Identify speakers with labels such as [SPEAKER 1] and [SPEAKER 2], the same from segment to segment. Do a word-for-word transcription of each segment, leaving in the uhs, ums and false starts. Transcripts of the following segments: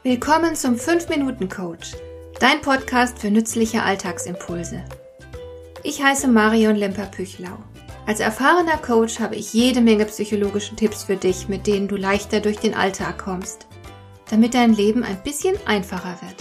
[SPEAKER 1] Willkommen zum fünf Minuten Coach, dein Podcast für nützliche Alltagsimpulse. Ich heiße Marion Lemper-Püchlau. Als erfahrener Coach habe ich jede Menge psychologische Tipps für dich, mit denen du leichter durch den Alltag kommst, damit dein Leben ein bisschen einfacher wird.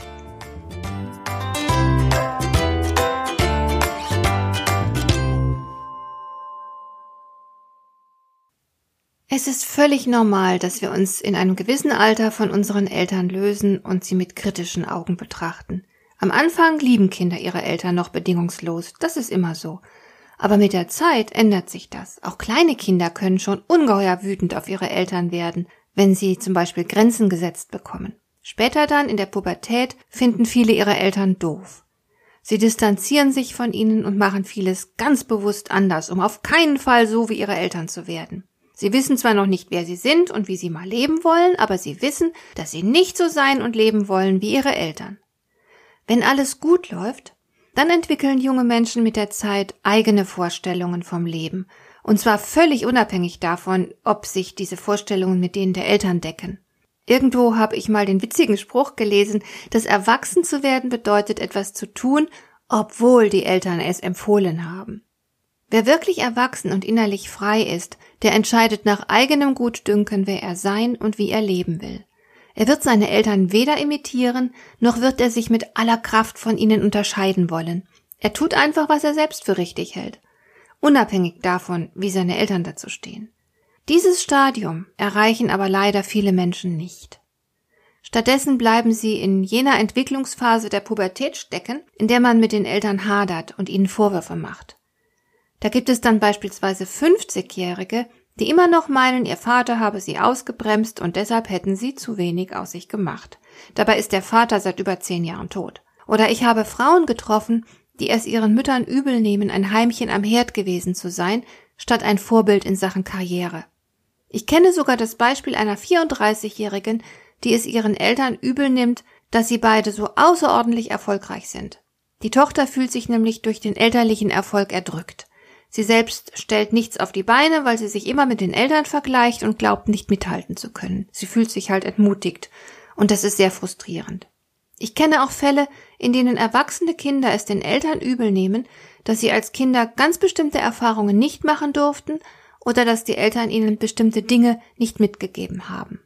[SPEAKER 1] Es ist völlig normal, dass wir uns in einem gewissen Alter von unseren Eltern lösen und sie mit kritischen Augen betrachten. Am Anfang lieben Kinder ihre Eltern noch bedingungslos, das ist immer so. Aber mit der Zeit ändert sich das. Auch kleine Kinder können schon ungeheuer wütend auf ihre Eltern werden, wenn sie zum Beispiel Grenzen gesetzt bekommen. Später dann, in der Pubertät, finden viele ihre Eltern doof. Sie distanzieren sich von ihnen und machen vieles ganz bewusst anders, um auf keinen Fall so wie ihre Eltern zu werden. Sie wissen zwar noch nicht, wer sie sind und wie sie mal leben wollen, aber sie wissen, dass sie nicht so sein und leben wollen wie ihre Eltern. Wenn alles gut läuft, dann entwickeln junge Menschen mit der Zeit eigene Vorstellungen vom Leben, und zwar völlig unabhängig davon, ob sich diese Vorstellungen mit denen der Eltern decken. Irgendwo habe ich mal den witzigen Spruch gelesen, dass erwachsen zu werden bedeutet, etwas zu tun, obwohl die Eltern es empfohlen haben. Wer wirklich erwachsen und innerlich frei ist, der entscheidet nach eigenem Gutdünken, wer er sein und wie er leben will. Er wird seine Eltern weder imitieren, noch wird er sich mit aller Kraft von ihnen unterscheiden wollen. Er tut einfach, was er selbst für richtig hält, unabhängig davon, wie seine Eltern dazu stehen. Dieses Stadium erreichen aber leider viele Menschen nicht. Stattdessen bleiben sie in jener Entwicklungsphase der Pubertät stecken, in der man mit den Eltern hadert und ihnen Vorwürfe macht. Da gibt es dann beispielsweise fünfzigjährige, die immer noch meinen, ihr Vater habe sie ausgebremst und deshalb hätten sie zu wenig aus sich gemacht. Dabei ist der Vater seit über zehn Jahren tot. Oder ich habe Frauen getroffen, die es ihren Müttern übel nehmen, ein Heimchen am Herd gewesen zu sein, statt ein Vorbild in Sachen Karriere. Ich kenne sogar das Beispiel einer vierunddreißigjährigen, die es ihren Eltern übel nimmt, dass sie beide so außerordentlich erfolgreich sind. Die Tochter fühlt sich nämlich durch den elterlichen Erfolg erdrückt. Sie selbst stellt nichts auf die Beine, weil sie sich immer mit den Eltern vergleicht und glaubt, nicht mithalten zu können. Sie fühlt sich halt entmutigt und das ist sehr frustrierend. Ich kenne auch Fälle, in denen erwachsene Kinder es den Eltern übel nehmen, dass sie als Kinder ganz bestimmte Erfahrungen nicht machen durften oder dass die Eltern ihnen bestimmte Dinge nicht mitgegeben haben.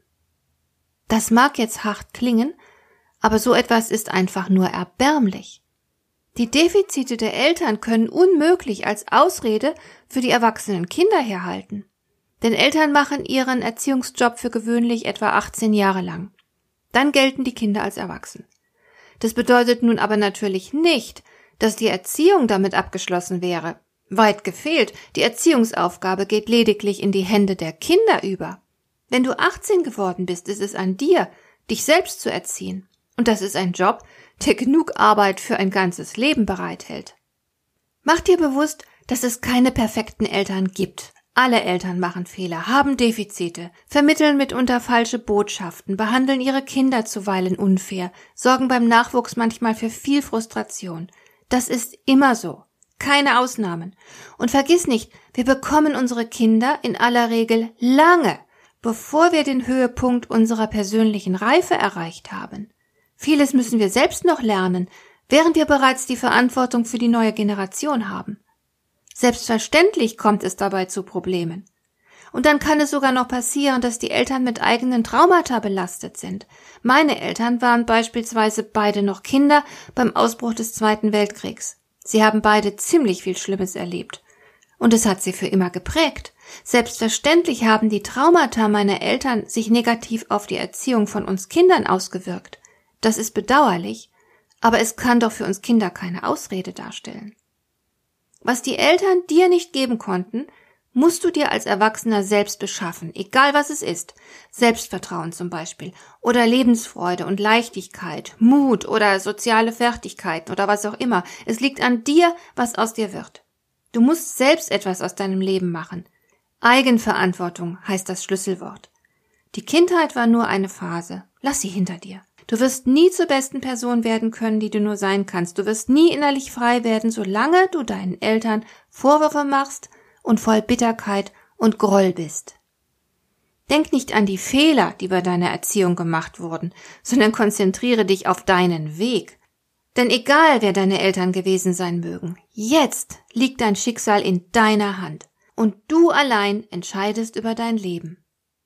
[SPEAKER 1] Das mag jetzt hart klingen, aber so etwas ist einfach nur erbärmlich. Die Defizite der Eltern können unmöglich als Ausrede für die erwachsenen Kinder herhalten. Denn Eltern machen ihren Erziehungsjob für gewöhnlich etwa achtzehn Jahre lang. Dann gelten die Kinder als erwachsen. Das bedeutet nun aber natürlich nicht, dass die Erziehung damit abgeschlossen wäre. Weit gefehlt, die Erziehungsaufgabe geht lediglich in die Hände der Kinder über. Wenn du achtzehn geworden bist, ist es an dir, dich selbst zu erziehen. Und das ist ein Job, der genug Arbeit für ein ganzes Leben bereithält. Mach dir bewusst, dass es keine perfekten Eltern gibt. Alle Eltern machen Fehler, haben Defizite, vermitteln mitunter falsche Botschaften, behandeln ihre Kinder zuweilen unfair, sorgen beim Nachwuchs manchmal für viel Frustration. Das ist immer so. Keine Ausnahmen. Und vergiss nicht, wir bekommen unsere Kinder in aller Regel lange, bevor wir den Höhepunkt unserer persönlichen Reife erreicht haben. Vieles müssen wir selbst noch lernen, während wir bereits die Verantwortung für die neue Generation haben. Selbstverständlich kommt es dabei zu Problemen. Und dann kann es sogar noch passieren, dass die Eltern mit eigenen Traumata belastet sind. Meine Eltern waren beispielsweise beide noch Kinder beim Ausbruch des Zweiten Weltkriegs. Sie haben beide ziemlich viel Schlimmes erlebt. Und es hat sie für immer geprägt. Selbstverständlich haben die Traumata meiner Eltern sich negativ auf die Erziehung von uns Kindern ausgewirkt. Das ist bedauerlich, aber es kann doch für uns Kinder keine Ausrede darstellen. Was die Eltern dir nicht geben konnten, musst du dir als Erwachsener selbst beschaffen, egal was es ist. Selbstvertrauen zum Beispiel oder Lebensfreude und Leichtigkeit, Mut oder soziale Fertigkeiten oder was auch immer. Es liegt an dir, was aus dir wird. Du musst selbst etwas aus deinem Leben machen. Eigenverantwortung heißt das Schlüsselwort. Die Kindheit war nur eine Phase. Lass sie hinter dir. Du wirst nie zur besten Person werden können, die du nur sein kannst. Du wirst nie innerlich frei werden, solange du deinen Eltern Vorwürfe machst und voll Bitterkeit und Groll bist. Denk nicht an die Fehler, die bei deiner Erziehung gemacht wurden, sondern konzentriere dich auf deinen Weg. Denn egal, wer deine Eltern gewesen sein mögen, jetzt liegt dein Schicksal in deiner Hand und du allein entscheidest über dein Leben.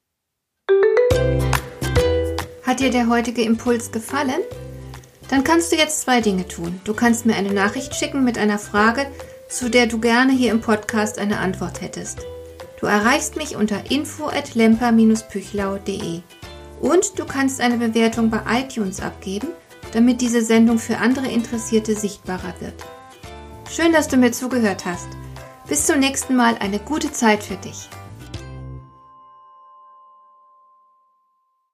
[SPEAKER 1] Hat dir der heutige Impuls gefallen? Dann kannst du jetzt zwei Dinge tun. Du kannst mir eine Nachricht schicken mit einer Frage, zu der du gerne hier im Podcast eine Antwort hättest. Du erreichst mich unter info at lemper dash püchlau punkt de und du kannst eine Bewertung bei iTunes abgeben, damit diese Sendung für andere Interessierte sichtbarer wird. Schön, dass du mir zugehört hast. Bis zum nächsten Mal, eine gute Zeit für dich.